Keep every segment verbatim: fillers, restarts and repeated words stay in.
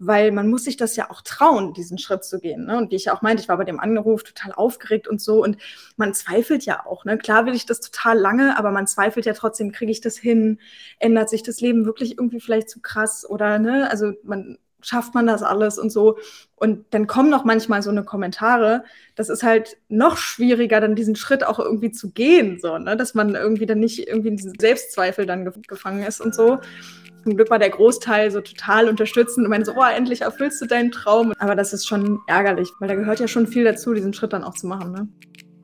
weil man muss sich das ja auch trauen, diesen Schritt zu gehen. Ne? Und wie ich ja auch meinte, ich war bei dem Anruf total aufgeregt und so und man zweifelt ja auch. Ne? Klar will ich das total lange, aber man zweifelt ja trotzdem, kriege ich das hin? Ändert sich das Leben wirklich irgendwie vielleicht zu krass? Oder, ne, also man schafft man das alles und so. Und dann kommen noch manchmal so eine Kommentare. Das ist halt noch schwieriger, dann diesen Schritt auch irgendwie zu gehen, so, ne? Dass man irgendwie dann nicht irgendwie in diesen Selbstzweifel dann ge- gefangen ist und so. Zum Glück war der Großteil so total unterstützend und meinte so, oh, endlich erfüllst du deinen Traum. Aber das ist schon ärgerlich, weil da gehört ja schon viel dazu, diesen Schritt dann auch zu machen, ne?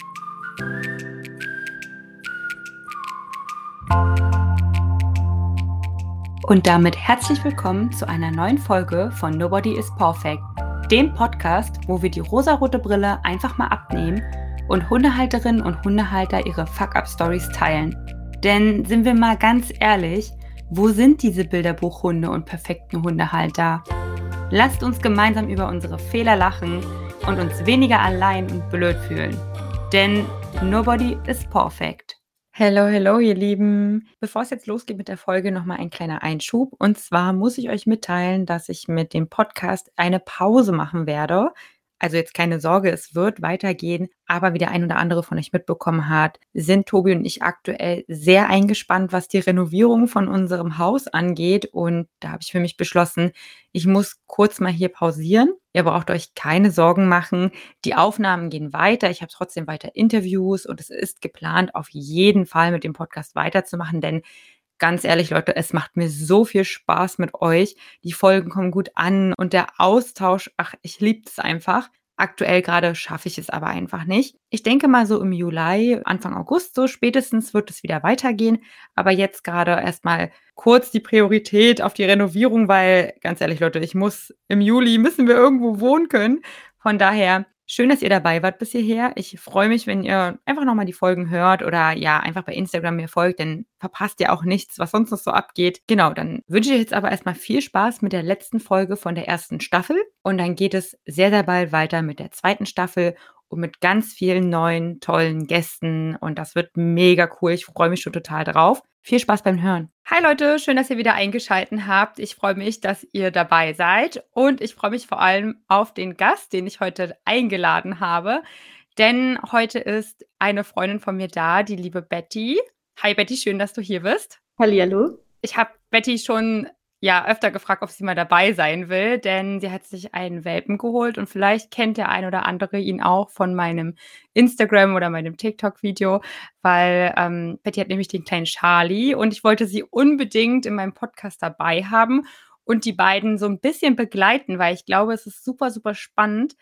Und damit herzlich willkommen zu einer neuen Folge von Nobody is Perfect, dem Podcast, wo wir die rosarote Brille einfach mal abnehmen und Hundehalterinnen und Hundehalter ihre Fuck-Up-Stories teilen. Denn sind wir mal ganz ehrlich, wo sind diese Bilderbuchhunde und perfekten Hundehalter? Lasst uns gemeinsam über unsere Fehler lachen und uns weniger allein und blöd fühlen. Denn Nobody is Perfect. Hello, hello, ihr Lieben. Bevor es jetzt losgeht mit der Folge, nochmal ein kleiner Einschub. Und zwar muss ich euch mitteilen, dass ich mit dem Podcast eine Pause machen werde. Also jetzt keine Sorge, es wird weitergehen. Aber wie der ein oder andere von euch mitbekommen hat, sind Tobi und ich aktuell sehr eingespannt, was die Renovierung von unserem Haus angeht. Und da habe ich für mich beschlossen, ich muss kurz mal hier pausieren. Ihr braucht euch keine Sorgen machen. Die Aufnahmen gehen weiter. Ich habe trotzdem weiter Interviews und es ist geplant, auf jeden Fall mit dem Podcast weiterzumachen, denn ganz ehrlich, Leute, es macht mir so viel Spaß mit euch. Die Folgen kommen gut an und der Austausch, ach, ich liebe es einfach. Aktuell gerade schaffe ich es aber einfach nicht. Ich denke mal so im Juli, Anfang August, so spätestens wird es wieder weitergehen. Aber jetzt gerade erstmal kurz die Priorität auf die Renovierung, weil ganz ehrlich, Leute, ich muss im Juli, müssen wir irgendwo wohnen können. Von daher schön, dass ihr dabei wart bis hierher. Ich freue mich, wenn ihr einfach nochmal die Folgen hört oder ja, einfach bei Instagram mir folgt, dann verpasst ihr auch nichts, was sonst noch so abgeht. Genau, dann wünsche ich jetzt aber erstmal viel Spaß mit der letzten Folge von der ersten Staffel und dann geht es sehr, sehr bald weiter mit der zweiten Staffel und mit ganz vielen neuen, tollen Gästen und das wird mega cool. Ich freue mich schon total drauf. Viel Spaß beim Hören. Hi Leute, schön, dass ihr wieder eingeschaltet habt. Ich freue mich, dass ihr dabei seid und ich freue mich vor allem auf den Gast, den ich heute eingeladen habe, denn heute ist eine Freundin von mir da, die liebe Betty. Hi Betty, schön, dass du hier bist. Hallihallo. Ich habe Betty schon ja öfter gefragt, ob sie mal dabei sein will, denn sie hat sich einen Welpen geholt und vielleicht kennt der ein oder andere ihn auch von meinem Instagram oder meinem TikTok-Video, weil ähm, Betty hat nämlich den kleinen Charlie und ich wollte sie unbedingt in meinem Podcast dabei haben und die beiden so ein bisschen begleiten, weil ich glaube, es ist super, super spannend,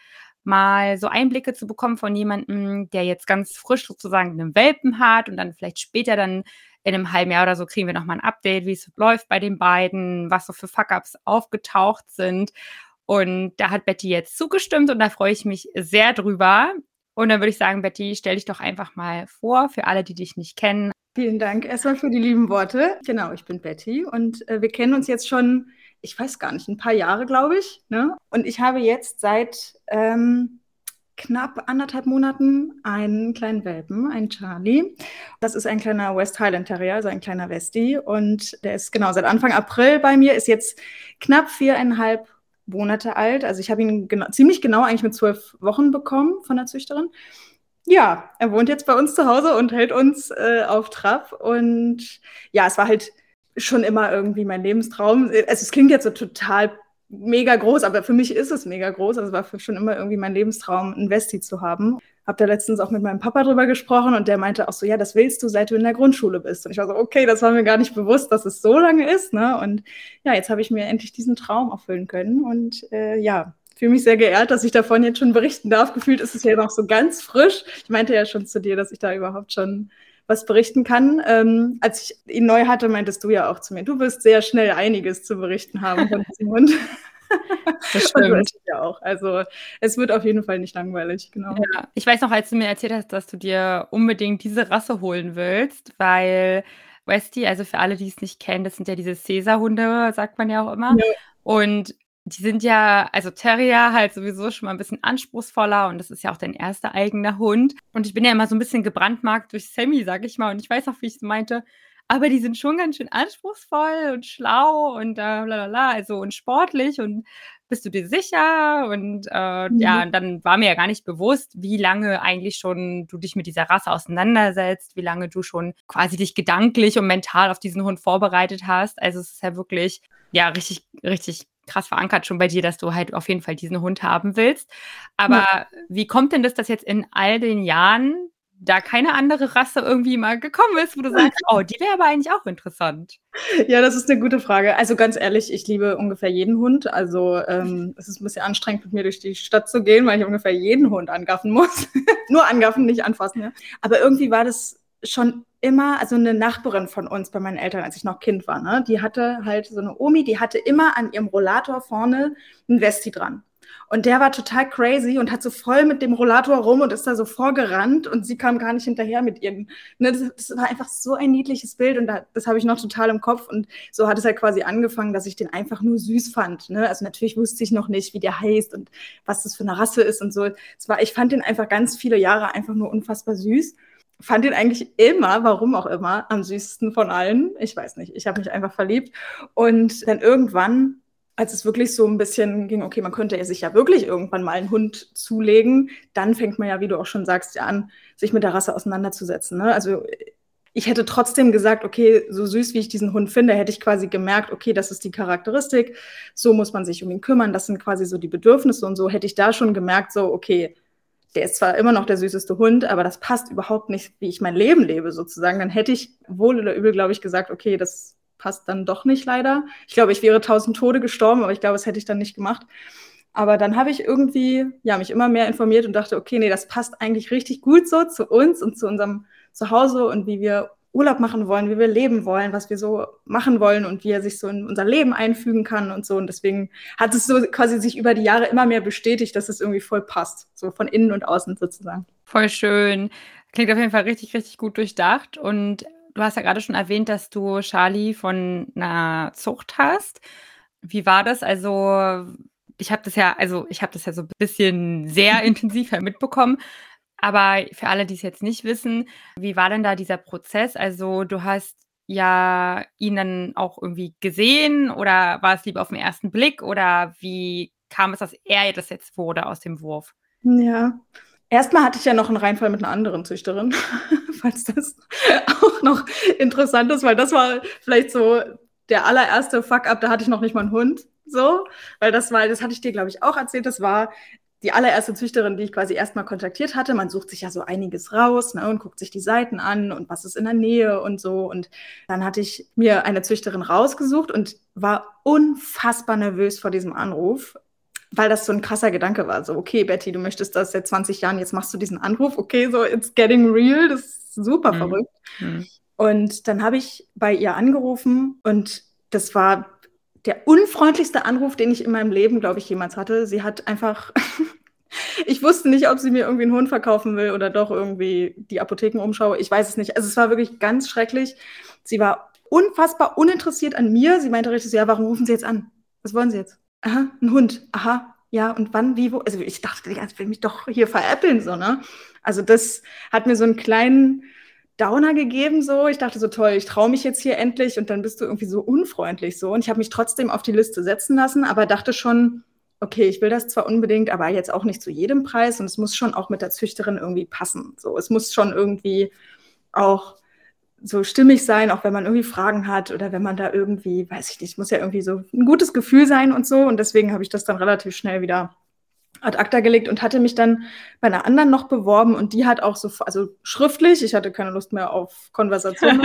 mal so Einblicke zu bekommen von jemandem, der jetzt ganz frisch sozusagen einen Welpen hat und dann vielleicht später dann in einem halben Jahr oder so kriegen wir nochmal ein Update, wie es läuft bei den beiden, was so für Fuck-Ups aufgetaucht sind. Und da hat Betty jetzt zugestimmt und da freue ich mich sehr drüber. Und dann würde ich sagen, Betty, stell dich doch einfach mal vor, für alle, die dich nicht kennen. Vielen Dank erstmal für die lieben Worte. Genau, ich bin Betty und äh, wir kennen uns jetzt schon, ich weiß gar nicht, ein paar Jahre, glaube ich. Ne? Und ich habe jetzt seit ähm, knapp anderthalb Monaten einen kleinen Welpen, einen Charlie. Das ist ein kleiner West Highland Terrier, also ein kleiner Westie. Und der ist genau seit Anfang April bei mir, ist jetzt knapp viereinhalb Monate alt. Also ich habe ihn genau, ziemlich genau eigentlich mit zwölf Wochen bekommen von der Züchterin. Ja, er wohnt jetzt bei uns zu Hause und hält uns äh, auf Trab. Und ja, es war halt schon immer irgendwie mein Lebenstraum. Also es klingt jetzt so total mega groß, aber für mich ist es mega groß. Also es war für schon immer irgendwie mein Lebenstraum, einen Westie zu haben. Hab da letztens auch mit meinem Papa drüber gesprochen und der meinte auch so, ja, das willst du, seit du in der Grundschule bist. Und ich war so, okay, das war mir gar nicht bewusst, dass es so lange ist. Ne? Und ja, jetzt habe ich mir endlich diesen Traum erfüllen können. Und äh, ja, fühle mich sehr geehrt, dass ich davon jetzt schon berichten darf. Gefühlt ist es ja noch so ganz frisch. Ich meinte ja schon zu dir, dass ich da überhaupt schon was berichten kann. Ähm, als ich ihn neu hatte, meintest du ja auch zu mir, du wirst sehr schnell einiges zu berichten haben von diesem Hund. Das Und du stimmt. es ja auch. Also es wird auf jeden Fall nicht langweilig, genau. Ja, ich weiß noch, als du mir erzählt hast, dass du dir unbedingt diese Rasse holen willst, weil Westie, also für alle, die es nicht kennen, das sind ja diese Caesar-Hunde, sagt man ja auch immer. Ja. Und die sind ja, also Terrier halt sowieso schon mal ein bisschen anspruchsvoller und das ist ja auch dein erster eigener Hund. Und ich bin ja immer so ein bisschen gebrandmarkt durch Sammy, sag ich mal. Und ich weiß noch, wie ich es meinte, aber die sind schon ganz schön anspruchsvoll und schlau und äh, lalala, also und sportlich und bist du dir sicher? Und äh, Mhm. ja, und dann war mir ja gar nicht bewusst, wie lange eigentlich schon du dich mit dieser Rasse auseinandersetzt, wie lange du schon quasi dich gedanklich und mental auf diesen Hund vorbereitet hast. Also es ist ja wirklich, ja, richtig, richtig krass verankert schon bei dir, dass du halt auf jeden Fall diesen Hund haben willst. Aber Ja. wie kommt denn das, dass jetzt in all den Jahren da keine andere Rasse irgendwie mal gekommen ist, wo du sagst, oh, die wäre aber eigentlich auch interessant? Ja, das ist eine gute Frage. Also ganz ehrlich, ich liebe ungefähr jeden Hund. Also ähm, es ist ein bisschen anstrengend, mit mir durch die Stadt zu gehen, weil ich ungefähr jeden Hund angaffen muss. Nur angaffen, nicht anfassen. Ja. Aber irgendwie war das schon immer, also eine Nachbarin von uns bei meinen Eltern, als ich noch Kind war, ne, die hatte halt so eine Omi, die hatte immer an ihrem Rollator vorne ein Westi dran. Und der war total crazy und hat so voll mit dem Rollator rum und ist da so vorgerannt und sie kam gar nicht hinterher mit ihren. Ne, das, das war einfach so ein niedliches Bild und da, das habe ich noch total im Kopf. Und so hat es halt quasi angefangen, dass ich den einfach nur süß fand. Ne? Also natürlich wusste ich noch nicht, wie der heißt und was das für eine Rasse ist und so. Es war, ich fand den einfach ganz viele Jahre einfach nur unfassbar süß. Fand den eigentlich immer, warum auch immer, am süßesten von allen. Ich weiß nicht, ich habe mich einfach verliebt. Und dann irgendwann, als es wirklich so ein bisschen ging, okay, man könnte ja sich ja wirklich irgendwann mal einen Hund zulegen, dann fängt man ja, wie du auch schon sagst, ja an, sich mit der Rasse auseinanderzusetzen. Ne? Also ich hätte trotzdem gesagt, okay, so süß wie ich diesen Hund finde, hätte ich quasi gemerkt, okay, das ist die Charakteristik, so muss man sich um ihn kümmern, das sind quasi so die Bedürfnisse und so hätte ich da schon gemerkt, so, okay, der ist zwar immer noch der süßeste Hund, aber das passt überhaupt nicht, wie ich mein Leben lebe, sozusagen. Dann hätte ich wohl oder übel, glaube ich, gesagt, okay, das passt dann doch nicht leider. Ich glaube, ich wäre tausend Tode gestorben, aber ich glaube, das hätte ich dann nicht gemacht. Aber dann habe ich irgendwie, ja, mich immer mehr informiert und dachte, okay, nee, das passt eigentlich richtig gut so zu uns und zu unserem Zuhause und wie wir Urlaub machen wollen, wie wir leben wollen, was wir so machen wollen und wie er sich so in unser Leben einfügen kann und so. Und deswegen hat es so quasi sich über die Jahre immer mehr bestätigt, dass es irgendwie voll passt, so von innen und außen sozusagen. Voll schön. Klingt auf jeden Fall richtig, richtig gut durchdacht. Und du hast ja gerade schon erwähnt, dass du Charlie von einer Zucht hast. Wie war das? Also, ich habe das ja, also ich habe das ja so ein bisschen sehr intensiv mitbekommen. Aber für alle, die es jetzt nicht wissen, wie war denn da dieser Prozess? Also, du hast ja ihn dann auch irgendwie gesehen oder war es lieber auf den ersten Blick oder wie kam es, dass er das jetzt wurde aus dem Wurf? Ja. Erstmal hatte ich ja noch einen Reinfall mit einer anderen Züchterin, falls das auch noch interessant ist, weil das war vielleicht so der allererste Fuck-up, da hatte ich noch nicht mal einen Hund, so, weil das war, das hatte ich dir, glaube ich, auch erzählt, das war die allererste Züchterin, die ich quasi erstmal kontaktiert hatte. Man sucht sich ja so einiges raus, ne, und guckt sich die Seiten an und was ist in der Nähe und so. Und dann hatte ich mir eine Züchterin rausgesucht und war unfassbar nervös vor diesem Anruf, weil das so ein krasser Gedanke war. So, okay, Betty, du möchtest das seit zwanzig Jahren, jetzt machst du diesen Anruf. Okay, so, it's getting real. Das ist super Mhm. verrückt. Mhm. Und dann habe ich bei ihr angerufen und das war der unfreundlichste Anruf, den ich in meinem Leben, glaube ich, jemals hatte. Sie hat einfach, ich wusste nicht, ob sie mir irgendwie einen Hund verkaufen will oder doch irgendwie die Apothekenumschau. Ich weiß es nicht. Also es war wirklich ganz schrecklich. Sie war unfassbar uninteressiert an mir. Sie meinte richtig so, ja, warum rufen Sie jetzt an? Was wollen Sie jetzt? Aha, ein Hund. Aha, ja, und wann, wie, wo? Also ich dachte, ich will mich doch hier veräppeln, so, ne? Also das hat mir so einen kleinen Downer gegeben, so. Ich dachte so, toll, ich traue mich jetzt hier endlich und dann bist du irgendwie so unfreundlich, so. Und ich habe mich trotzdem auf die Liste setzen lassen, aber dachte schon, okay, ich will das zwar unbedingt, aber jetzt auch nicht zu jedem Preis und es muss schon auch mit der Züchterin irgendwie passen, so. Es muss schon irgendwie auch so stimmig sein, auch wenn man irgendwie Fragen hat oder wenn man da irgendwie, weiß ich nicht, muss ja irgendwie so ein gutes Gefühl sein und so. Und deswegen habe ich das dann relativ schnell wieder ad acta gelegt und hatte mich dann bei einer anderen noch beworben und die hat auch so, also schriftlich, ich hatte keine Lust mehr auf Konversation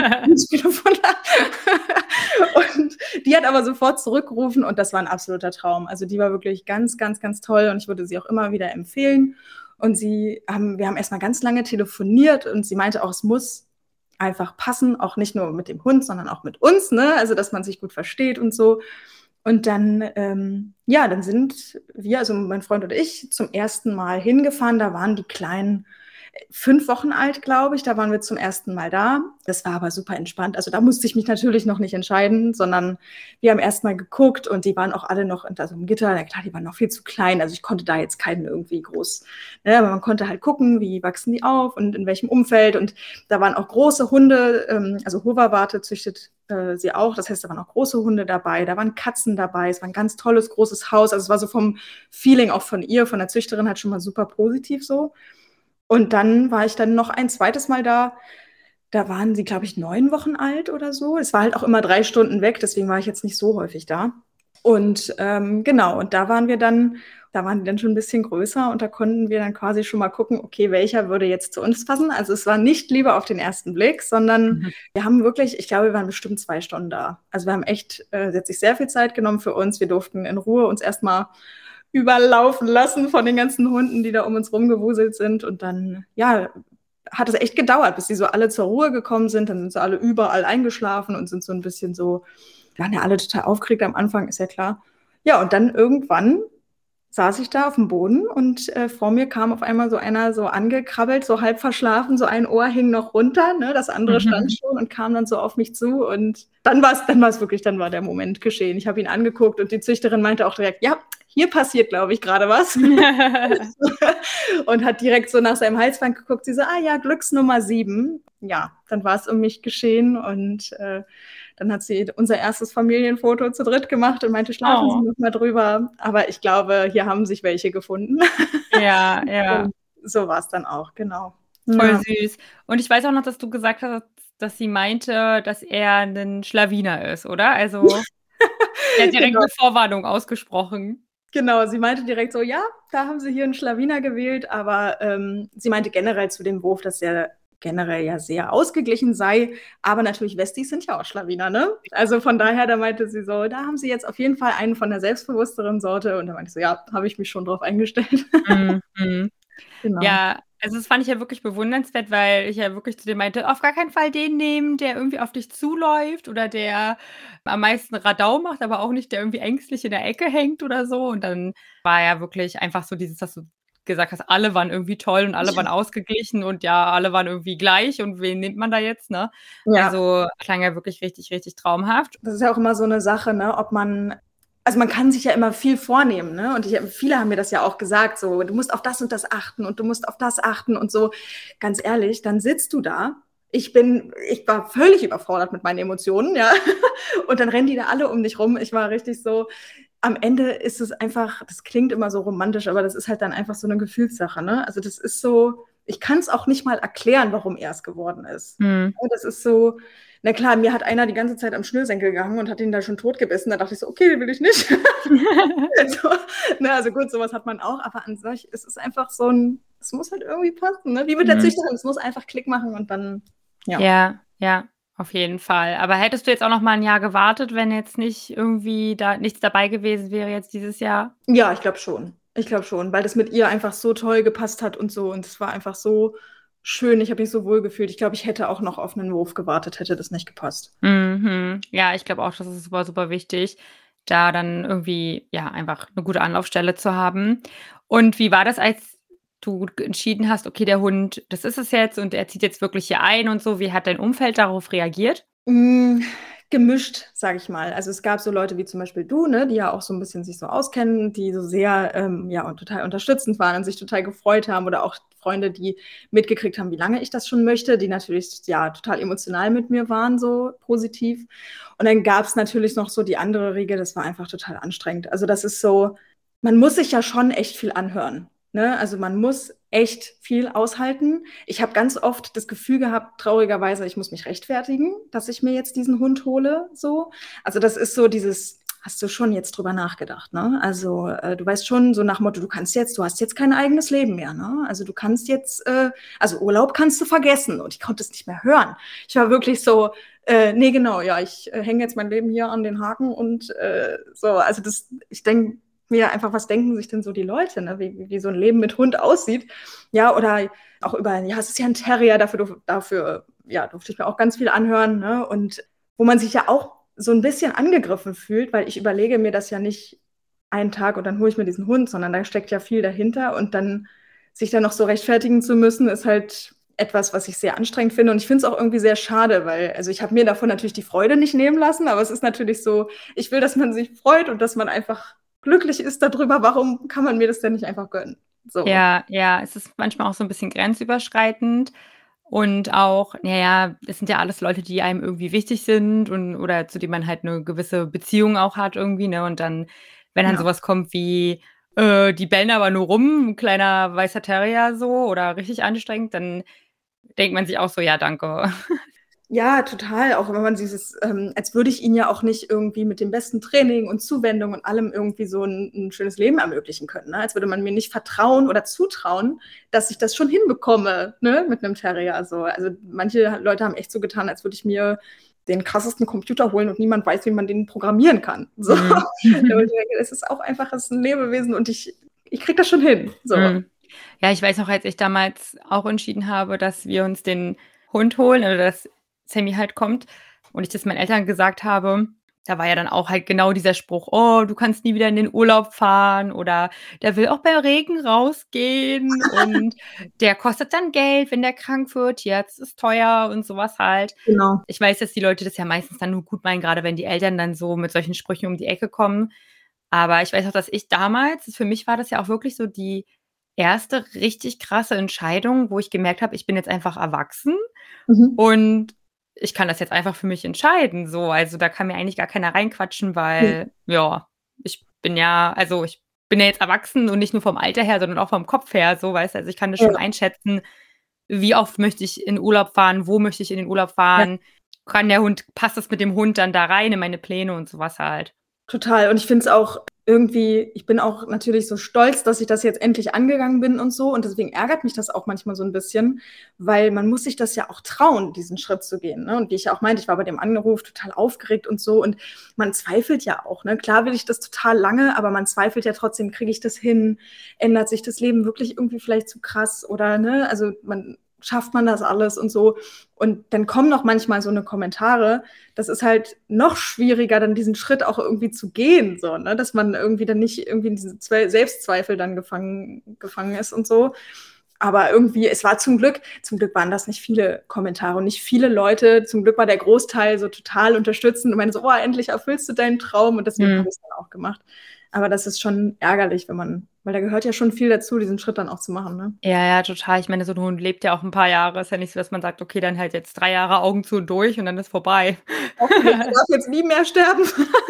und die hat aber sofort zurückgerufen und das war ein absoluter Traum. Also die war wirklich ganz, ganz, ganz toll und ich würde sie auch immer wieder empfehlen. Und sie haben, wir haben erstmal ganz lange telefoniert und sie meinte auch, es muss einfach passen, auch nicht nur mit dem Hund, sondern auch mit uns, ne? Also dass man sich gut versteht und so. Und dann, ähm, ja, dann sind wir, also mein Freund und ich, zum ersten Mal hingefahren. Da waren die Kleinen fünf Wochen alt, glaube ich. Da waren wir zum ersten Mal da. Das war aber super entspannt. Also da musste ich mich natürlich noch nicht entscheiden, sondern wir haben erst mal geguckt und die waren auch alle noch unter so einem Gitter. Na klar, die waren noch viel zu klein. Also ich konnte da jetzt keinen irgendwie groß, ne, aber man konnte halt gucken, wie wachsen die auf und in welchem Umfeld. Und da waren auch große Hunde, ähm, also Hoverwarte züchtet äh, sie auch. Das heißt, da waren auch große Hunde dabei, da waren Katzen dabei, es war ein ganz tolles, großes Haus. Also es war so vom Feeling auch von ihr, von der Züchterin halt schon mal super positiv so. Und dann war ich dann noch ein zweites Mal da. Da waren sie, glaube ich, neun Wochen alt oder so. Es war halt auch immer drei Stunden weg, deswegen war ich jetzt nicht so häufig da. Und ähm, genau, und da waren wir dann, da waren die dann schon ein bisschen größer und da konnten wir dann quasi schon mal gucken, okay, welcher würde jetzt zu uns passen. Also es war nicht Liebe auf den ersten Blick, sondern Mhm. wir haben wirklich, ich glaube, wir waren bestimmt zwei Stunden da. Also wir haben echt, äh, sie hat sich sehr viel Zeit genommen für uns. Wir durften in Ruhe uns erstmal überlaufen lassen von den ganzen Hunden, die da um uns rumgewuselt sind. Und dann, ja, hat es echt gedauert, bis die so alle zur Ruhe gekommen sind. Dann sind sie alle überall eingeschlafen und sind so ein bisschen so, waren ja alle total aufgeregt am Anfang, ist ja klar. Ja, und dann irgendwann saß ich da auf dem Boden und äh, vor mir kam auf einmal so einer so angekrabbelt, so halb verschlafen, so ein Ohr hing noch runter, ne, das andere stand schon und kam dann so auf mich zu und dann war es dann war es wirklich, dann war der Moment geschehen. Ich habe ihn angeguckt und die Züchterin meinte auch direkt, ja, hier passiert, glaube ich, gerade was. Und hat direkt so nach seinem Halsband geguckt, sie so, ah ja, Glücksnummer sieben. Ja, dann war es um mich geschehen und äh, dann hat sie unser erstes Familienfoto zu dritt gemacht und meinte, schlafen Oh. Sie noch mal drüber. Aber ich glaube, hier haben sich welche gefunden. Ja, ja. Und so war es dann auch, genau. Voll Ja. süß. Und ich weiß auch noch, dass du gesagt hast, dass sie meinte, dass er ein Schlawiner ist, oder? Also, er hat direkt Genau. eine Vorwarnung ausgesprochen. Genau, sie meinte direkt so, ja, da haben sie hier einen Schlawiner gewählt, aber ähm, sie meinte generell zu dem Wurf, dass er generell ja sehr ausgeglichen sei, aber natürlich Westies sind ja auch Schlawiner, ne? Also von daher, da meinte sie so, da haben sie jetzt auf jeden Fall einen von der selbstbewussteren Sorte und da meinte ich so, ja, habe ich mich schon drauf eingestellt. Mhm. Genau. Ja, also das fand ich ja wirklich bewundernswert, weil ich ja wirklich zu dir meinte, auf gar keinen Fall den nehmen, der irgendwie auf dich zuläuft oder der am meisten Radau macht, aber auch nicht, der irgendwie ängstlich in der Ecke hängt oder so. Und dann war ja wirklich einfach so dieses, dass du gesagt hast, alle waren irgendwie toll und alle waren ausgeglichen und ja, alle waren irgendwie gleich und wen nimmt man da jetzt, ne? Ja. Also klang ja wirklich richtig, richtig traumhaft. Das ist ja auch immer so eine Sache, ne, ob man also man kann sich ja immer viel vornehmen, ne? Und ich, viele haben mir das ja auch gesagt, so, du musst auf das und das achten und du musst auf das achten und so. Ganz ehrlich, dann sitzt du da. Ich bin, ich war völlig überfordert mit meinen Emotionen, ja. Und dann rennen die da alle um dich rum. Ich war richtig so, am Ende ist es einfach, das klingt immer so romantisch, aber das ist halt dann einfach so eine Gefühlssache, ne? Also das ist so, ich kann es auch nicht mal erklären, warum er es geworden ist. Mhm. Das ist so, na klar, mir hat einer die ganze Zeit am Schnürsenkel gehangen und hat ihn da schon totgebissen. Da dachte ich so, okay, den will ich nicht. so, ne, also gut, sowas hat man auch, aber an sich ist es einfach so ein, es muss halt irgendwie passen, ne? Wie mit der Mhm. Züchterin, es muss einfach Klick machen und dann, ja. Ja, ja, auf jeden Fall. Aber hättest du jetzt auch noch mal ein Jahr gewartet, wenn jetzt nicht irgendwie da nichts dabei gewesen wäre jetzt dieses Jahr? Ja, ich glaube schon. Ich glaube schon, weil das mit ihr einfach so toll gepasst hat und so. Und es war einfach so schön. Ich habe mich so wohl gefühlt. Ich glaube, ich hätte auch noch auf einen Wurf gewartet, hätte das nicht gepasst. Mhm. Ja, ich glaube auch, das ist super, super wichtig, da dann irgendwie, ja, einfach eine gute Anlaufstelle zu haben. Und wie war das, als du entschieden hast: „Okay, der Hund, das ist es jetzt und er zieht jetzt wirklich hier ein“ und so? Wie hat dein Umfeld darauf reagiert? Hm, gemischt, sage ich mal. Also, es gab so Leute wie zum Beispiel du, ne, die ja auch so 'n bisschen sich so auskennen, die so sehr, ähm, ja, und total unterstützend waren und sich total gefreut haben oder auch Freunde, die mitgekriegt haben, wie lange ich das schon möchte, die natürlich, ja, total emotional mit mir waren, so positiv. Und dann gab's natürlich noch so die andere Riege, das war einfach total anstrengend. Also, das ist so, man muss sich ja schon echt viel anhören, ne? Also, man muss echt viel aushalten. Ich habe ganz oft das Gefühl gehabt, traurigerweise, ich muss mich rechtfertigen, dass ich mir jetzt diesen Hund hole, so. Also, das ist so dieses, hast du schon jetzt drüber nachgedacht, ne? Also, äh, du weißt schon so nach Motto, du kannst jetzt, du hast jetzt kein eigenes Leben mehr, ne? Also, du kannst jetzt, äh, also Urlaub kannst du vergessen und ich konnte es nicht mehr hören. Ich war wirklich so, äh, ne, genau, ja, ich äh, hänge jetzt mein Leben hier an den Haken und äh, so. Also, das, ich denke mir einfach, was denken sich denn so die Leute, ne? Wie, wie so ein Leben mit Hund aussieht. Ja, oder auch über, ja, es ist ja ein Terrier, dafür, dafür ja, durfte ich mir auch ganz viel anhören, ne? Und wo man sich ja auch so ein bisschen angegriffen fühlt, weil ich überlege mir das ja nicht einen Tag und dann hole ich mir diesen Hund, sondern da steckt ja viel dahinter und dann sich dann noch so rechtfertigen zu müssen, ist halt etwas, was ich sehr anstrengend finde und ich finde es auch irgendwie sehr schade, weil, also ich habe mir davon natürlich die Freude nicht nehmen lassen, aber es ist natürlich so, ich will, dass man sich freut und dass man einfach glücklich ist darüber, warum kann man mir das denn nicht einfach gönnen? So. Ja, ja, es ist manchmal auch so ein bisschen grenzüberschreitend Und auch, naja, das sind ja alles Leute, die einem irgendwie wichtig sind und oder zu denen man halt eine gewisse Beziehung auch hat irgendwie, ne? Und dann, wenn dann Ja. sowas kommt wie, äh, die bellen aber nur rum, 'n kleiner weißer Terrier so oder richtig anstrengend, dann denkt man sich auch so: „Ja, danke." Ja, total. Auch wenn man dieses, ähm, als würde ich ihnen ja auch nicht irgendwie mit dem besten Training und Zuwendung und allem irgendwie so ein 'n schönes Leben ermöglichen können, ne? Als würde man mir nicht vertrauen oder zutrauen, dass ich das schon hinbekomme, ne, mit einem Terrier so. Also, manche Leute haben echt so getan, als würde ich mir den krassesten Computer holen und niemand weiß, wie man den programmieren kann. So. Mhm. Da wo ich denke, es ist auch einfach, es ist 'n Lebewesen und ich ich kriege das schon hin, so. Mhm. Ja, ich weiß noch, als ich damals auch entschieden habe, dass wir uns den Hund holen oder dass Sammy halt kommt und ich das meinen Eltern gesagt habe, da war ja dann auch halt genau dieser Spruch: „Oh, du kannst nie wieder in den Urlaub fahren" oder „Der will auch bei Regen rausgehen und der kostet dann Geld, wenn der krank wird. Jetzt ist teuer" und sowas halt. Genau. Ich weiß, dass die Leute das ja meistens dann nur gut meinen, grade wenn die Eltern dann so mit solchen Sprüchen um die Ecke kommen. Aber ich weiß auch, dass ich damals für mich war das ja auch wirklich so die erste richtig krasse Entscheidung, wo ich gemerkt habe, ich bin jetzt einfach erwachsen Mhm. und ich kann das jetzt einfach für mich entscheiden so. Also, da kann mir eigentlich gar keiner reinquatschen, Ja. weil, ja, ich bin ja also, ich bin ja jetzt erwachsen und nicht nur vom Alter her, sondern auch vom Kopf her so, weißt du? Also, ich kann das Ja. schon einschätzen, wie oft möchte ich in Urlaub fahren, wo möchte ich in den Urlaub Ja. fahren? Kann der Hund passt das mit dem Hund dann da rein in meine Pläne und sowas halt. Total. Und ich finde es auch irgendwie, ich bin auch natürlich so stolz, dass ich das jetzt endlich angegangen bin und so. Und deswegen ärgert mich das auch manchmal so ein bisschen, weil man muss sich das ja auch trauen, diesen Schritt zu gehen, ne? Und wie ich ja auch meinte, ich war bei dem Anruf total aufgeregt und so. Und man zweifelt ja auch, ne? Klar will ich das total lange, aber man zweifelt ja trotzdem, kriege ich das hin? Ändert sich das Leben wirklich irgendwie vielleicht zu krass oder, ne? Also, man schafft man das alles und so? Und dann kommen noch manchmal so eine Kommentare, das ist halt noch schwieriger, dann diesen Schritt auch irgendwie zu gehen, so, ne? Dass man irgendwie dann nicht irgendwie in diese Zwe Selbstzweifel dann gefangen, gefangen ist und so. Aber irgendwie, es war zum Glück, zum Glück waren das nicht viele Kommentare und nicht viele Leute. Zum Glück war der Großteil so total unterstützend und meinte so, oh, endlich erfüllst du deinen Traum. Und deswegen Mhm. habe ich es dann auch gemacht. Aber das ist schon ärgerlich, wenn man, weil da gehört ja schon viel dazu, diesen Schritt dann auch zu machen, ne? Ja, ja, total. Ich meine, so 'n Hund lebt ja auch 'n paar Jahre. Ist ja nicht so, dass man sagt: „Okay, dann halt jetzt drei Jahre Augen zu und durch und dann ist vorbei." Hoffentlich, der darf jetzt nie mehr sterben.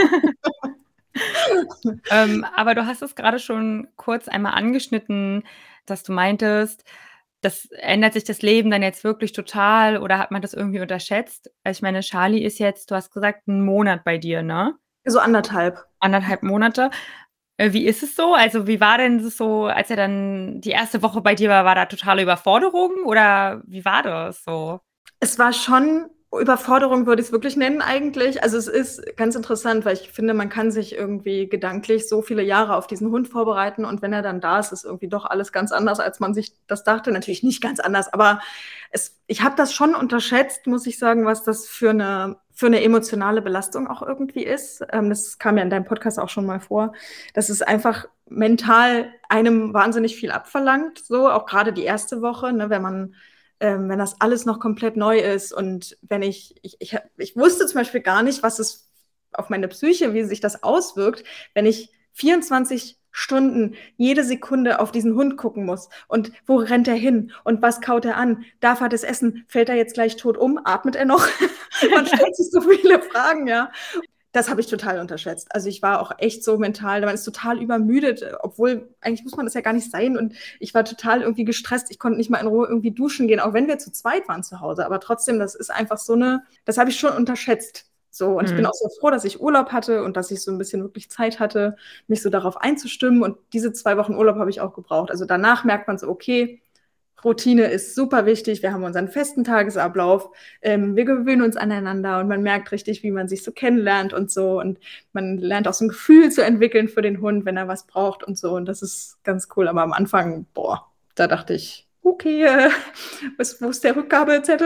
Ähm, aber du hast es grade schon kurz einmal angeschnitten, dass du meintest, das ändert sich das Leben dann jetzt wirklich total oder hat man das irgendwie unterschätzt? Also, ich meine, Charlie ist jetzt, du hast gesagt, 'n Monat bei dir, ne? So anderthalb. Anderthalb Monate. Äh, wie ist es so? Also, wie war denn das so, als er dann die erste Woche bei dir war? War da totale Überforderung oder wie war das so? Es war schon Überforderung, würde ich's wirklich nennen eigentlich. Also, es ist ganz interessant, weil ich finde, man kann sich irgendwie gedanklich so viele Jahre auf diesen Hund vorbereiten und wenn er dann da ist, ist irgendwie doch alles ganz anders, als man sich das dachte. Natürlich nicht ganz anders, aber es ich habe das schon unterschätzt, muss ich sagen, was das für 'ne für 'ne emotionale Belastung auch irgendwie ist. Ähm, das kam ja in deinem Podcast auch schon mal vor, dass es einfach mental einem wahnsinnig viel abverlangt, so, auch grade die erste Woche, ne, wenn man ähm, wenn das alles noch komplett neu ist und wenn ich ich ich ha ich wusste zum Beispiel gar nicht, was es auf meine Psyche, wie sich das auswirkt, wenn ich vierundzwanzig Stunden jede Sekunde auf diesen Hund gucken muss und wo rennt er hin und was kaut er an? Darf er das essen? Fällt er jetzt gleich tot um? Atmet er noch? Man stellt sich so viele Fragen, ja. Das habe ich total unterschätzt. Also, ich war auch echt so mental, man ist total übermüdet, äh, obwohl eigentlich muss man das ja gar nicht sein und ich war total irgendwie gestresst. Ich konnte nicht mal in Ruhe irgendwie duschen gehen, auch wenn wir zu zweit waren zu Hause. Aber trotzdem, das ist einfach so 'ne, das habe ich schon unterschätzt. So, und ich bin Mhm. auch sehr froh, dass ich Urlaub hatte und dass ich so 'n bisschen wirklich Zeit hatte, mich so darauf einzustimmen und diese zwei Wochen Urlaub habe ich auch gebraucht. Also, danach merkt man so: Okay, Routine ist super wichtig. Wir haben unseren festen Tagesablauf. Ähm, wir gewöhnen uns aneinander und man merkt richtig, wie man sich so kennenlernt und so. Und man lernt auch so ein Gefühl zu entwickeln für den Hund, wenn er was braucht und so. Und das ist ganz cool. Aber am Anfang, boah, da dachte ich, okay, äh, was, wo ist der Rückgabezettel?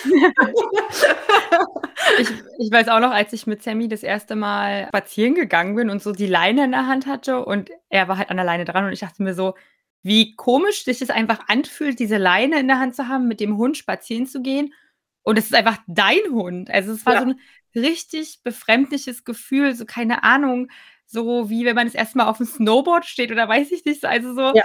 Ich ich weiß auch noch, als ich mit Sammy das erste Mal spazieren gegangen bin und so die Leine in der Hand hatte und er war halt an der Leine dran und ich dachte mir so: „Wie komisch sich das einfach anfühlt, diese Leine in der Hand zu haben, mit dem Hund spazieren zu gehen und es ist einfach dein Hund." Also, es war Ja, so 'n richtig befremdliches Gefühl, so keine Ahnung, so wie wenn man das erste Mal auf'm Snowboard steht oder weiß ich nicht, so also so ja.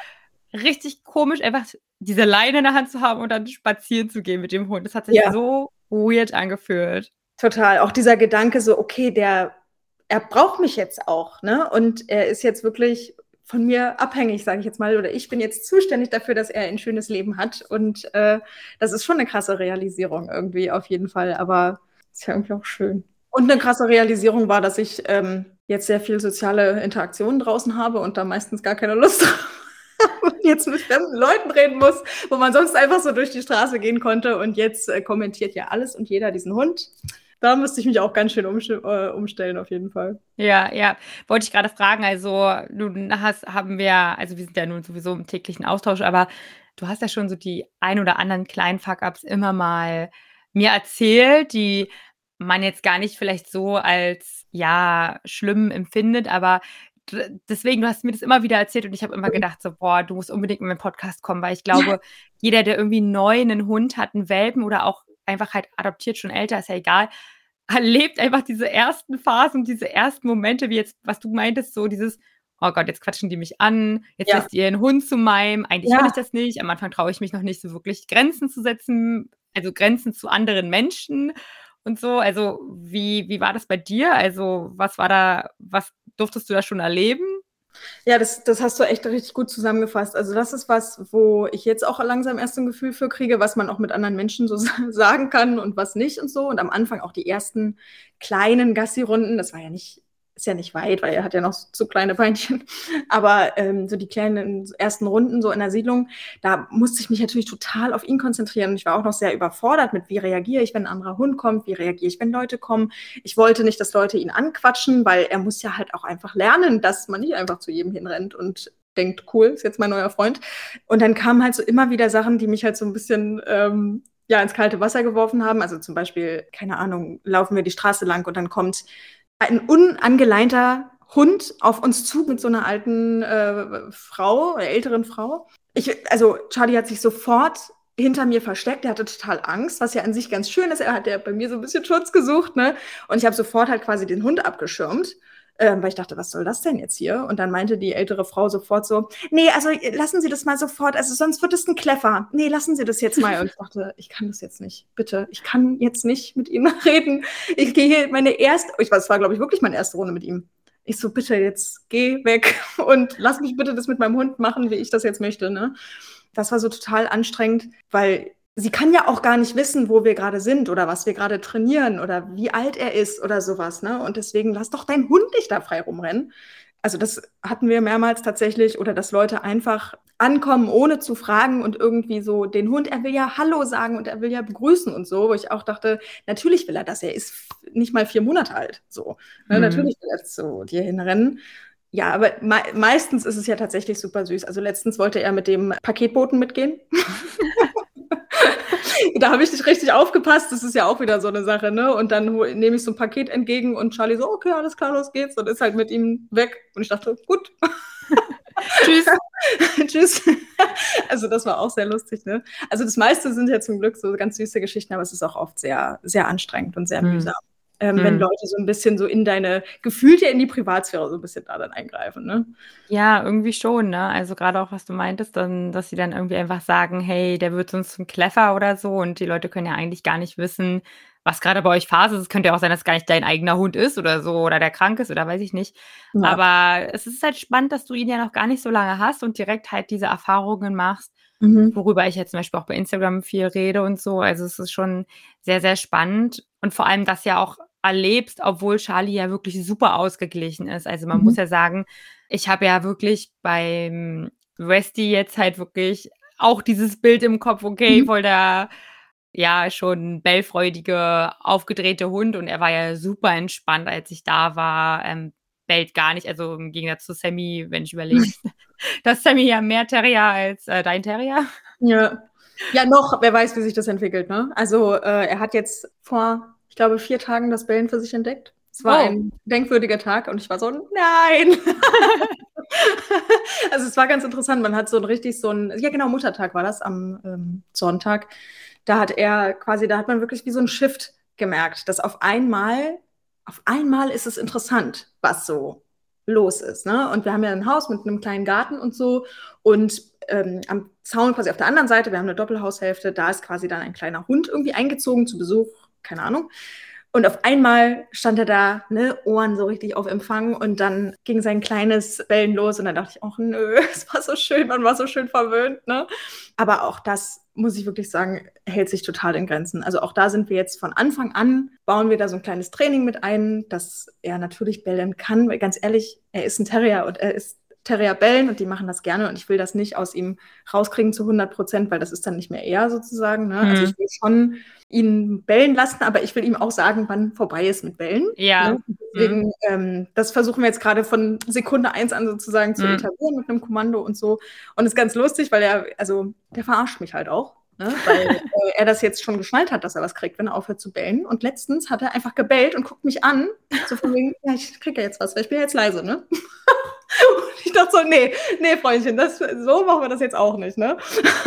richtig komisch, einfach diese Leine in der Hand zu haben und dann spazieren zu gehen mit dem Hund. Das hat sich Ja. so weird angefühlt. Total. Auch dieser Gedanke so, okay, der, er braucht mich jetzt auch, ne? Und er ist jetzt wirklich von mir abhängig, sage ich jetzt mal, oder ich bin jetzt zuständig dafür, dass er ein schönes Leben hat. Und äh, das ist schon eine krasse Realisierung irgendwie auf jeden Fall, aber ist ja irgendwie auch schön. Und eine krasse Realisierung war, dass ich ähm, jetzt sehr viel soziale Interaktionen draußen habe und da meistens gar keine Lust drauf und jetzt mit fremden Leuten reden muss, wo man sonst einfach so durch die Straße gehen konnte und jetzt äh, kommentiert ja alles und jeder diesen Hund. Da musste ich mich auch ganz schön umst- äh, umstellen, auf jeden Fall. Ja, ja, wollte ich gerade fragen. Also, nun hast, haben wir, also wir sind ja nun sowieso im täglichen Austausch, aber du hast ja schon so die ein oder anderen kleinen Fuck-ups immer mal mir erzählt, die man jetzt gar nicht vielleicht so als, ja, schlimm empfindet, aber d- deswegen, du hast mir das immer wieder erzählt und ich habe immer gedacht, so, boah, du musst unbedingt in meinen Podcast kommen, weil ich glaube, jeder, der irgendwie neu einen Hund hat, einen Welpen oder auch einfach halt adoptiert, schon älter, ist ja egal, erlebt einfach diese ersten Phasen, diese ersten Momente, wie jetzt, was du meintest, so dieses, oh Gott, jetzt quatschen die mich an, jetzt Ja, lässt ihr ihren Hund zu meinem, eigentlich will ja. ich das nicht, am Anfang traue ich mich noch nicht so wirklich Grenzen zu setzen, also Grenzen zu anderen Menschen und so. Also wie, wie war das bei dir? Also was war da, was durftest du da schon erleben? Ja, das, das hast du echt richtig gut zusammengefasst. Also das ist was, wo ich jetzt auch langsam erst ein Gefühl für kriege, was man auch mit anderen Menschen so sagen kann und was nicht und so. Und am Anfang auch die ersten kleinen Gassi-Runden, das war ja nicht, ist ja nicht weit, weil er hat ja noch so kleine Beinchen. Aber ähm, so die kleinen ersten Runden so in der Siedlung, da musste ich mich natürlich total auf ihn konzentrieren. Und ich war auch noch sehr überfordert mit, wie reagiere ich, wenn ein anderer Hund kommt, wie reagiere ich, wenn Leute kommen. Ich wollte nicht, dass Leute ihn anquatschen, weil er muss ja halt auch einfach lernen, dass man nicht einfach zu jedem hinrennt und denkt, cool, ist jetzt mein neuer Freund. Und dann kamen halt so immer wieder Sachen, die mich halt so ein bisschen ähm, ja, ins kalte Wasser geworfen haben. Also zum Beispiel, keine Ahnung, laufen wir die Straße lang und dann kommt ein unangeleinter Hund auf uns zu mit so einer alten äh, Frau, oder älteren Frau. Ich, also Charlie hat sich sofort hinter mir versteckt. Er hatte total Angst, was ja an sich ganz schön ist. Er hat ja bei mir so ein bisschen Schutz gesucht, ne? Und ich habe sofort halt quasi den Hund abgeschirmt, ähm, weil ich dachte, was soll das denn jetzt hier? Und dann meinte die ältere Frau sofort so, nee, also lassen Sie das mal sofort, also sonst wird es ein Kleffer. Nee, lassen Sie das jetzt mal. Und ich dachte, ich kann das jetzt nicht, bitte. Ich kann jetzt nicht mit ihm reden. Ich gehe hier meine erste, ich weiß, es war, glaube ich, wirklich meine erste Runde mit ihm. Ich so, bitte, jetzt geh weg und lass mich bitte das mit meinem Hund machen, wie ich das jetzt möchte, ne? Das war so total anstrengend, weil sie kann ja auch gar nicht wissen, wo wir gerade sind oder was wir gerade trainieren oder wie alt er ist oder sowas, ne? Und deswegen lass doch deinen Hund nicht da frei rumrennen. Also das hatten wir mehrmals tatsächlich, oder dass Leute einfach ankommen, ohne zu fragen und irgendwie so den Hund, er will ja Hallo sagen und er will ja begrüßen und so, wo ich auch dachte, natürlich will er das, er ist nicht mal vier Monate alt, so. Ne? Mhm. Natürlich will er zu dir hinrennen. Ja, aber me meistens ist es ja tatsächlich super süß. Also letztens wollte er mit dem Paketboten mitgehen. Da habe ich nicht richtig aufgepasst. Das ist ja auch wieder so eine Sache, ne? Und dann nehme ich so ein Paket entgegen und Charlie so, okay, alles klar, los geht's. Und ist halt mit ihm weg. Und ich dachte, gut. Tschüss. Tschüss. Also das war auch sehr lustig, ne? Also das meiste sind ja zum Glück so ganz süße Geschichten, aber es ist auch oft sehr, sehr anstrengend und sehr Hm. mühsam. Ähm, Hm. wenn Leute so ein bisschen so in deine, gefühlt ja in die Privatsphäre so ein bisschen da dann eingreifen, ne? Ja, irgendwie schon, ne? Also gerade auch, was du meintest, dann, dass sie dann irgendwie einfach sagen, hey, der wird sonst zum Kleffer oder so und die Leute können ja eigentlich gar nicht wissen, was gerade bei euch Phase ist. Es könnte ja auch sein, dass gar nicht dein eigener Hund ist oder so oder der krank ist oder weiß ich nicht. Ja. Aber es ist halt spannend, dass du ihn ja noch gar nicht so lange hast und direkt halt diese Erfahrungen machst, Mhm. worüber ich jetzt zum Beispiel auch bei Instagram viel rede und so. Also es ist schon sehr, sehr spannend und vor allem das ja auch erlebst, obwohl Charlie ja wirklich super ausgeglichen ist. Also man Mhm. muss ja sagen, ich habe ja wirklich beim Westie jetzt halt wirklich auch dieses Bild im Kopf, okay, Mhm. voll der, ja, schon bellfreudige, aufgedrehte Hund und er war ja super entspannt, als ich da war, ähm, bellt gar nicht, also im Gegensatz zu Sammy, wenn ich überlege, dass Sammy ja mehr Terrier als äh, dein Terrier. Ja. Ja, noch, wer weiß, wie sich das entwickelt, ne? Also äh, er hat jetzt vor, ich glaube, vier Tagen das Bellen für sich entdeckt. Es war Oh. ein denkwürdiger Tag und ich war so, nein! Also es war ganz interessant, man hat so ein richtig so ein, ja genau, Muttertag war das am ähm, Sonntag. Da hat er quasi, da hat man wirklich wie so ein Shift gemerkt, dass auf einmal, auf einmal ist es interessant, was so los ist, ne? Und wir haben ja ein Haus mit einem kleinen Garten und so und ähm, am Zaun quasi auf der anderen Seite, wir haben eine Doppelhaushälfte, da ist quasi dann ein kleiner Hund irgendwie eingezogen zu Besuch, keine Ahnung. Und auf einmal stand er da, ne, Ohren so richtig auf Empfang und dann ging sein kleines Bellen los und dann dachte ich, ach nö, es war so schön, man war so schön verwöhnt, ne. Aber auch das, muss ich wirklich sagen, hält sich total in Grenzen. Also auch da sind wir jetzt von Anfang an, bauen wir da so ein kleines Training mit ein, dass er natürlich bellen kann, weil ganz ehrlich, er ist ein Terrier und er ist Terrier bellen und die machen das gerne und ich will das nicht aus ihm rauskriegen zu hundert Prozent, weil das ist dann nicht mehr er sozusagen. Ne? Mhm. Also ich will schon ihn bellen lassen, aber ich will ihm auch sagen, wann vorbei ist mit Bellen. Ja. Ne? Deswegen, mhm. ähm, das versuchen wir jetzt gerade von Sekunde eins an sozusagen zu mhm. etablieren mit einem Kommando und so. Und ist ganz lustig, weil er, also der verarscht mich halt auch. Ne? Weil äh, er das jetzt schon geschnallt hat, dass er was kriegt, wenn er aufhört zu bellen. Und letztens hat er einfach gebellt und guckt mich an, so von wegen, ja, ich kriege ja jetzt was, weil ich bin jetzt leise, ne? Und ich dachte so, nee, nee, Freundchen, das, so machen wir das jetzt auch nicht, ne?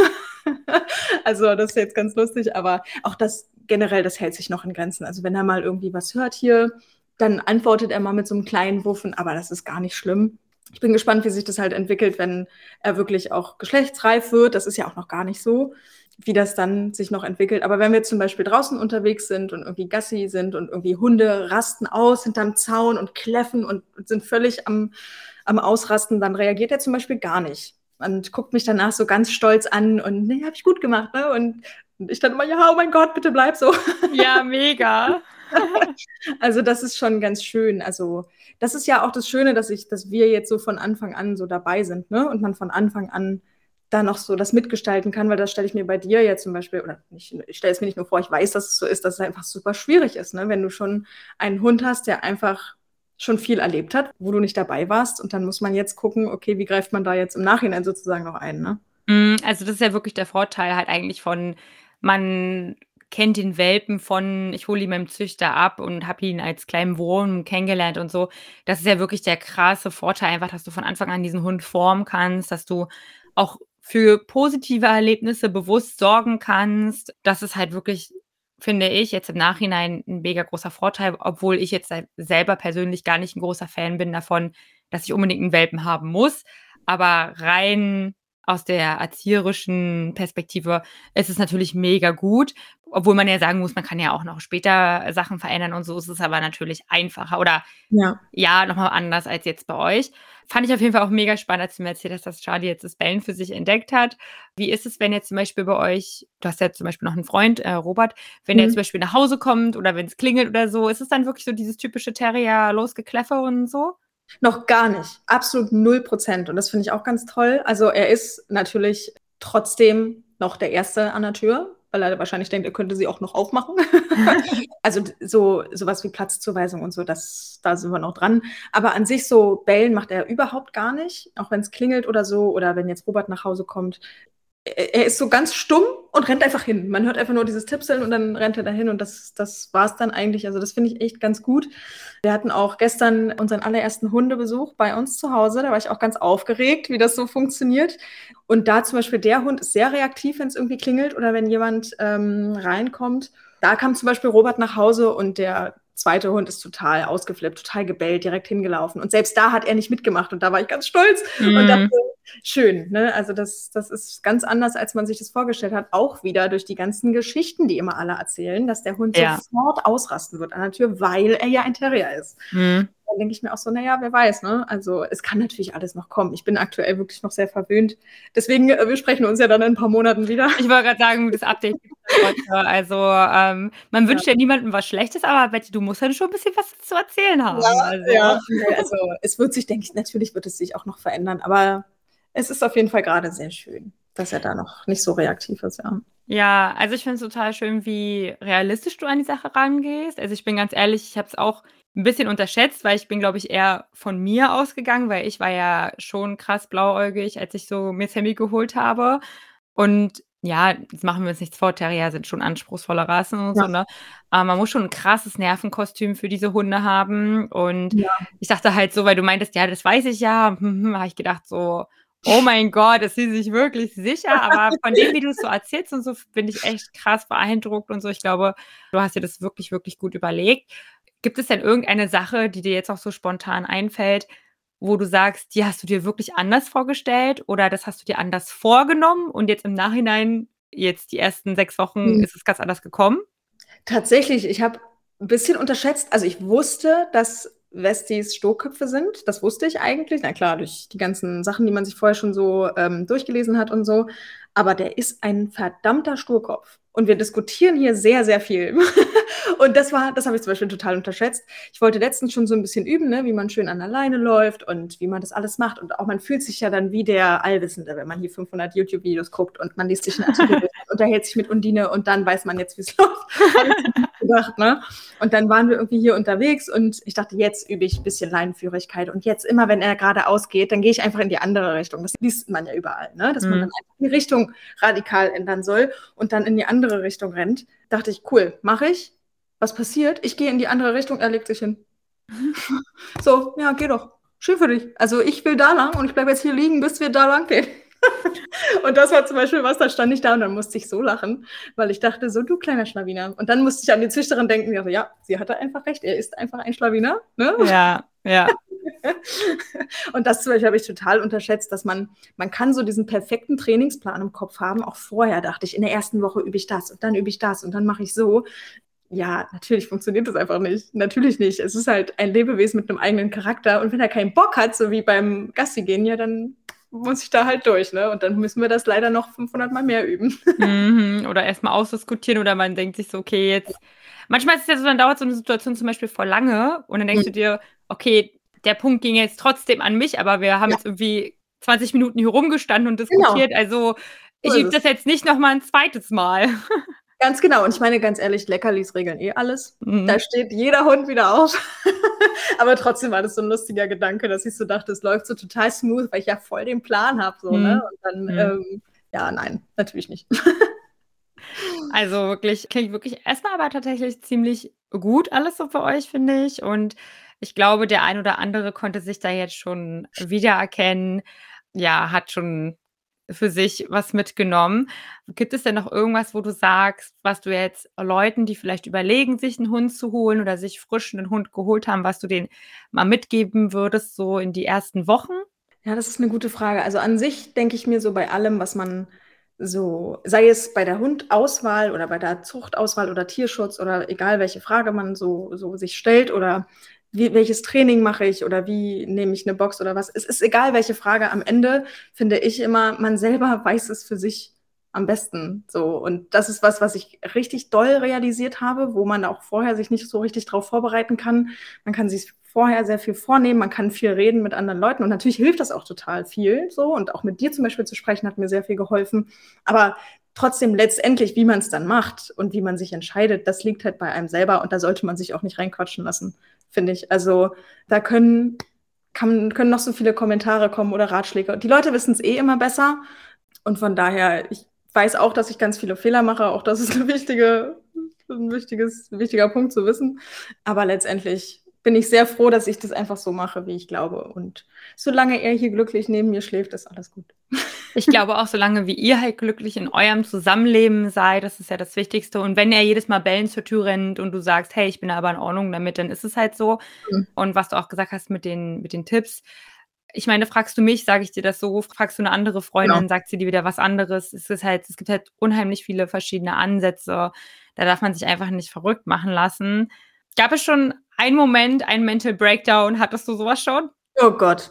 Also das ist jetzt ganz lustig, aber auch das generell, das hält sich noch in Grenzen. Also wenn er mal irgendwie was hört hier, dann antwortet er mal mit so einem kleinen Wuffen, aber das ist gar nicht schlimm. Ich bin gespannt, wie sich das halt entwickelt, wenn er wirklich auch geschlechtsreif wird. Das ist ja auch noch gar nicht so, wie das dann sich noch entwickelt. Aber wenn wir zum Beispiel draußen unterwegs sind und irgendwie Gassi sind und irgendwie Hunde rasten aus hinterm Zaun und kläffen und sind völlig am, am Ausrasten, dann reagiert er zum Beispiel gar nicht und guckt mich danach so ganz stolz an und nee, habe ich gut gemacht, ne? Und ich dann immer, ja, oh mein Gott, bitte bleib so. Ja, mega. Also das ist schon ganz schön. Also das ist ja auch das Schöne, dass ich, dass wir jetzt so von Anfang an so dabei sind, ne? Und man von Anfang an da noch so das mitgestalten kann, weil das stelle ich mir bei dir ja zum Beispiel, oder nicht, ich stelle es mir nicht nur vor, ich weiß, dass es so ist, dass es einfach super schwierig ist, ne? Wenn du schon einen Hund hast, der einfach schon viel erlebt hat, wo du nicht dabei warst und dann muss man jetzt gucken, okay, wie greift man da jetzt im Nachhinein sozusagen noch ein, ne? Also das ist ja wirklich der Vorteil halt eigentlich von, man kennt den Welpen von, ich hole ihn beim Züchter ab und habe ihn als kleinen Wurm kennengelernt und so. Das ist ja wirklich der krasse Vorteil einfach, dass du von Anfang an diesen Hund formen kannst, dass du auch für positive Erlebnisse bewusst sorgen kannst. Das ist halt wirklich, finde ich, jetzt im Nachhinein ein mega großer Vorteil, obwohl ich jetzt selber persönlich gar nicht ein großer Fan bin davon, dass ich unbedingt einen Welpen haben muss. Aber rein aus der erzieherischen Perspektive ist es natürlich mega gut, obwohl man ja sagen muss, man kann ja auch noch später Sachen verändern und so ist es aber natürlich einfacher oder ja, ja nochmal anders als jetzt bei euch. Fand ich auf jeden Fall auch mega spannend, als du mir erzählt hast, dass Charlie jetzt das Bellen für sich entdeckt hat. Wie ist es, wenn jetzt zum Beispiel bei euch, du hast ja zum Beispiel noch einen Freund, äh, Robert, wenn der Mhm. zum Beispiel nach Hause kommt oder wenn es klingelt oder so, ist es dann wirklich so dieses typische Terrier-Losgekläffer und so? Noch gar nicht. Absolut null Prozent. Und das finde ich auch ganz toll. Also er ist natürlich trotzdem noch der Erste an der Tür, weil er wahrscheinlich denkt, er könnte sie auch noch aufmachen. Also d- so sowas wie Platzzuweisung und so, das, da sind wir noch dran. Aber an sich so bellen macht er überhaupt gar nicht, auch wenn es klingelt oder so, oder wenn jetzt Robert nach Hause kommt. Er er ist so ganz stumm und rennt einfach hin. Man hört einfach nur dieses Tipseln und dann rennt er dahin und das, das war es dann eigentlich. Also das finde ich echt ganz gut. Wir hatten auch gestern unseren allerersten Hundebesuch bei uns zu Hause. Da war ich auch ganz aufgeregt, wie das so funktioniert. Und da zum Beispiel der Hund ist sehr reaktiv, wenn es irgendwie klingelt oder wenn jemand ähm, reinkommt. Da kam zum Beispiel Robert nach Hause und der zweite Hund ist total ausgeflippt, total gebellt, direkt hingelaufen. Und selbst da hat er nicht mitgemacht und da war ich ganz stolz Mhm. und dachte, schön, ne? Also das, das ist ganz anders, als man sich das vorgestellt hat. Auch wieder durch die ganzen Geschichten, die immer alle erzählen, dass der Hund Ja. sofort ausrasten wird an der Tür, weil er ja ein Terrier ist. Mhm. Dann denke ich mir auch so, naja, wer weiß, ne? Also es kann natürlich alles noch kommen. Ich bin aktuell wirklich noch sehr verwöhnt. Deswegen, äh, wir sprechen uns ja dann in ein paar Monaten wieder. Ich wollte gerade sagen, das Update gibt es heute. Also ähm, man wünscht ja. niemandem was Schlechtes, aber Betty, du musst ja schon ein bisschen was zu erzählen haben. Ja, also. ja. Also es wird sich, denke ich, natürlich wird es sich auch noch verändern, aber es ist auf jeden Fall gerade sehr schön, dass er da noch nicht so reaktiv ist, ja. Ja, also ich finde es total schön, wie realistisch du an die Sache rangehst. Also ich bin ganz ehrlich, ich habe es auch ein bisschen unterschätzt, weil ich bin, glaube ich, eher von mir ausgegangen, weil ich war ja schon krass blauäugig, als ich so mir Sammy geholt habe. Und ja, jetzt machen wir uns nichts vor, Terrier sind schon anspruchsvolle Rassen und Ja. so, ne? Aber man muss schon ein krasses Nervenkostüm für diese Hunde haben. Und Ja. ich dachte halt so, weil du meintest, ja, das weiß ich ja, hm, hm, habe ich gedacht so, oh mein Gott, ist sie sich wirklich sicher? Aber von dem, wie du es so erzählst und so, bin ich echt krass beeindruckt und so. Ich glaube, du hast dir das wirklich, wirklich gut überlegt. Gibt es denn irgendeine Sache, die dir jetzt auch so spontan einfällt, wo du sagst, die hast du dir wirklich anders vorgestellt oder das hast du dir anders vorgenommen und jetzt im Nachhinein, jetzt die ersten sechs Wochen, Mhm. ist es ganz anders gekommen? Tatsächlich, ich habe ein bisschen unterschätzt, also ich wusste, dass Westies Strohköpfe sind, das wusste ich eigentlich, na klar, durch die ganzen Sachen, die man sich vorher schon so ähm, durchgelesen hat und so, aber der ist ein verdammter Sturkopf und wir diskutieren hier sehr, sehr viel. Und das war, das habe ich zum Beispiel total unterschätzt. Ich wollte letztens schon so ein bisschen üben, ne, wie man schön an der Leine läuft und wie man das alles macht. Und auch man fühlt sich ja dann wie der Allwissende, wenn man hier fünfhundert YouTube-Videos guckt und man liest sich einen Artikel durch, unterhält sich mit Undine und dann weiß man jetzt, wie es läuft. Habe ich mir gedacht, ne? Und dann waren wir irgendwie hier unterwegs und ich dachte, jetzt übe ich ein bisschen Leinenführigkeit. Und jetzt immer, wenn er geradeaus geht, dann gehe ich einfach in die andere Richtung. Das liest man ja überall, ne? Dass man Mhm. dann einfach die Richtung radikal ändern soll und dann in die andere Richtung rennt. Dachte ich, cool, mache ich. Was passiert? Ich gehe in die andere Richtung, er legt sich hin. So, ja, geh doch. Schön für dich. Also ich will da lang und ich bleibe jetzt hier liegen, bis wir da lang gehen. Und das war zum Beispiel was, da stand ich da und dann musste ich so lachen, weil ich dachte, so du kleiner Schlawiner. Und dann musste ich an die Züchterin denken, ich dachte, ja, sie hatte einfach recht, er ist einfach ein Schlawiner. Ne? Ja, ja. Und das zum Beispiel habe ich total unterschätzt, dass man, man kann so diesen perfekten Trainingsplan im Kopf haben. Auch vorher dachte ich, in der ersten Woche übe ich das und dann übe ich das und dann mache ich so. Ja, natürlich funktioniert das einfach nicht. Natürlich nicht. Es ist halt ein Lebewesen mit einem eigenen Charakter. Und wenn er keinen Bock hat, so wie beim Gassi gehen, ja, dann muss ich da halt durch, ne? Und dann müssen wir das leider noch fünfhundert Mal mehr üben. Mhm. Oder erstmal ausdiskutieren oder man denkt sich so, okay, jetzt. Manchmal ist es ja so, dann dauert so eine Situation zum Beispiel voll lange und dann denkst Mhm. du dir, okay, der Punkt ging jetzt trotzdem an mich, aber wir haben Ja. jetzt irgendwie zwanzig Minuten hier rumgestanden und Genau. diskutiert. Also ich So ist übe das es. jetzt nicht nochmal ein zweites Mal. Ganz genau. Und ich meine, ganz ehrlich, Leckerlis regeln eh alles. Mhm. Da steht jeder Hund wieder auf. Aber trotzdem war das so ein lustiger Gedanke, dass ich so dachte, es läuft so total smooth, weil ich ja voll den Plan habe. So, Mhm. ne? Und dann, Mhm. ähm, ja, nein, natürlich nicht. Also wirklich, klingt wirklich erstmal aber tatsächlich ziemlich gut alles so für euch, finde ich. Und ich glaube, der ein oder andere konnte sich da jetzt schon wiedererkennen. Ja, hat schon für sich was mitgenommen. Gibt es denn noch irgendwas, wo du sagst, was du jetzt Leuten, die vielleicht überlegen, sich einen Hund zu holen oder sich frisch einen Hund geholt haben, was du denen mal mitgeben würdest, so in die ersten Wochen? Ja, das ist eine gute Frage. Also an sich denke ich mir so bei allem, was man so, sei es bei der Hundauswahl oder bei der Zuchtauswahl oder Tierschutz oder egal welche Frage man so, so sich stellt oder wie, welches Training mache ich oder wie nehme ich eine Box oder was. Es ist egal, welche Frage. Am Ende finde ich immer, man selber weiß es für sich am besten. So. Und das ist was, was ich richtig doll realisiert habe, wo man auch vorher sich nicht so richtig drauf vorbereiten kann. Man kann sich vorher sehr viel vornehmen, man kann viel reden mit anderen Leuten und natürlich hilft das auch total viel so und auch mit dir zum Beispiel zu sprechen hat mir sehr viel geholfen, aber trotzdem letztendlich, wie man es dann macht und wie man sich entscheidet, das liegt halt bei einem selber und da sollte man sich auch nicht reinquatschen lassen, finde ich. Also da können, kann, können noch so viele Kommentare kommen oder Ratschläge. Die Leute wissen es eh immer besser und von daher, ich weiß auch, dass ich ganz viele Fehler mache, auch das ist eine wichtige, ein wichtiges, wichtiger Punkt zu wissen, aber letztendlich bin ich sehr froh, dass ich das einfach so mache, wie ich glaube. Und solange er hier glücklich neben mir schläft, ist alles gut. Ich glaube auch, solange wie ihr halt glücklich in eurem Zusammenleben seid, das ist ja das Wichtigste. Und wenn er jedes Mal bellend zur Tür rennt und du sagst, hey, ich bin aber in Ordnung damit, dann ist es halt so. Mhm. Und was du auch gesagt hast mit den, mit den Tipps, ich meine, fragst du mich, sage ich dir das so, fragst du eine andere Freundin, Genau. sagt sie dir wieder was anderes. Es ist halt, es gibt halt unheimlich viele verschiedene Ansätze. Da darf man sich einfach nicht verrückt machen lassen. Gab es schon einen Moment, einen Mental Breakdown? Hattest du sowas schon? Oh Gott.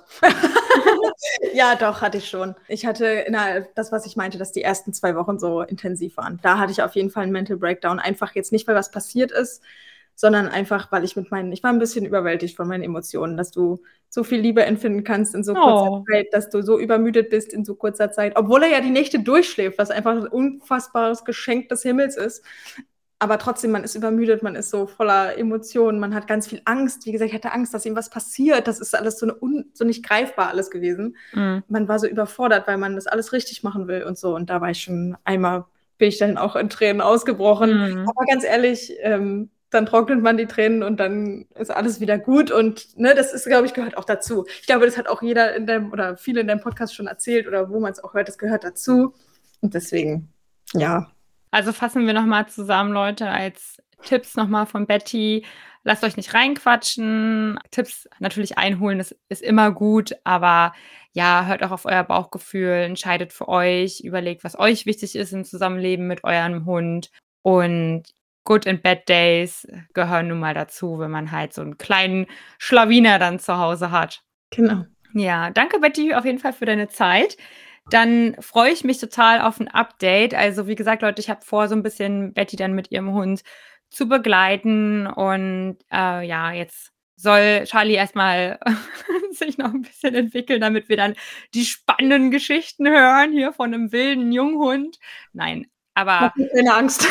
Ja, doch, hatte ich schon. Ich hatte, na, das, was ich meinte, dass die ersten zwei Wochen so intensiv waren. Da hatte ich auf jeden Fall einen Mental Breakdown. Einfach jetzt nicht, weil was passiert ist, sondern einfach, weil ich mit meinen, ich war ein bisschen überwältigt von meinen Emotionen, dass du so viel Liebe empfinden kannst in so kurzer Oh. Zeit, dass du so übermüdet bist in so kurzer Zeit, obwohl er ja die Nächte durchschläft, was einfach ein unfassbares Geschenk des Himmels ist. Aber trotzdem, man ist übermüdet, man ist so voller Emotionen, man hat ganz viel Angst. Wie gesagt, ich hatte Angst, dass ihm was passiert. Das ist alles so, eine un so nicht greifbar alles gewesen. Mhm. Man war so überfordert, weil man das alles richtig machen will und so. Und da war ich schon einmal, bin ich dann auch in Tränen ausgebrochen. Mhm. Aber ganz ehrlich, ähm, dann trocknet man die Tränen und dann ist alles wieder gut. Und ne, das ist, glaube ich, gehört auch dazu. Ich glaube, das hat auch jeder in deinem oder viele in deinem Podcast schon erzählt oder wo man es auch hört, das gehört dazu. Und deswegen, ja. Also fassen wir nochmal zusammen, Leute, als Tipps nochmal von Betty. Lasst euch nicht reinquatschen. Tipps natürlich einholen, das ist immer gut, aber ja, hört auch auf euer Bauchgefühl, entscheidet für euch, überlegt, was euch wichtig ist im Zusammenleben mit eurem Hund. Und Good and Bad Days gehören nun mal dazu, wenn man halt so einen kleinen Schlawiner dann zu Hause hat. Genau. Ja, danke Betty auf jeden Fall für deine Zeit. Dann freue ich mich total auf ein Update. Also wie gesagt, Leute, ich habe vor, so ein bisschen Betty dann mit ihrem Hund zu begleiten. Und äh, ja, jetzt soll Charlie erstmal sich noch ein bisschen entwickeln, damit wir dann die spannenden Geschichten hören hier von einem wilden Junghund. Nein, aber Mach mir keine Angst.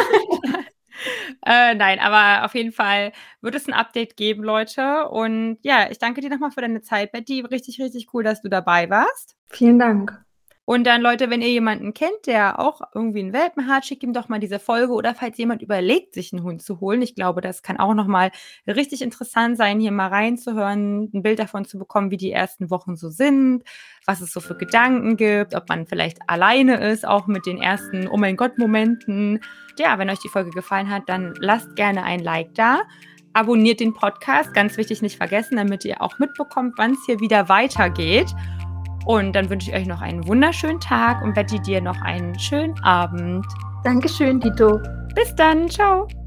äh, nein, aber auf jeden Fall wird es ein Update geben, Leute. Und ja, ich danke dir nochmal für deine Zeit, Betty. Richtig, richtig cool, dass du dabei warst. Vielen Dank. Und dann, Leute, wenn ihr jemanden kennt, der auch irgendwie einen Welpen hat, schickt ihm doch mal diese Folge. Oder falls jemand überlegt, sich einen Hund zu holen. Ich glaube, das kann auch nochmal richtig interessant sein, hier mal reinzuhören, ein Bild davon zu bekommen, wie die ersten Wochen so sind, was es so für Gedanken gibt, ob man vielleicht alleine ist, auch mit den ersten Oh mein Gott-Momenten. Ja, wenn euch die Folge gefallen hat, dann lasst gerne ein Like da. Abonniert den Podcast, ganz wichtig, nicht vergessen, damit ihr auch mitbekommt, wann es hier wieder weitergeht. Und dann wünsche ich euch noch einen wunderschönen Tag und Betty dir noch einen schönen Abend. Dankeschön, Dito. Bis dann, ciao.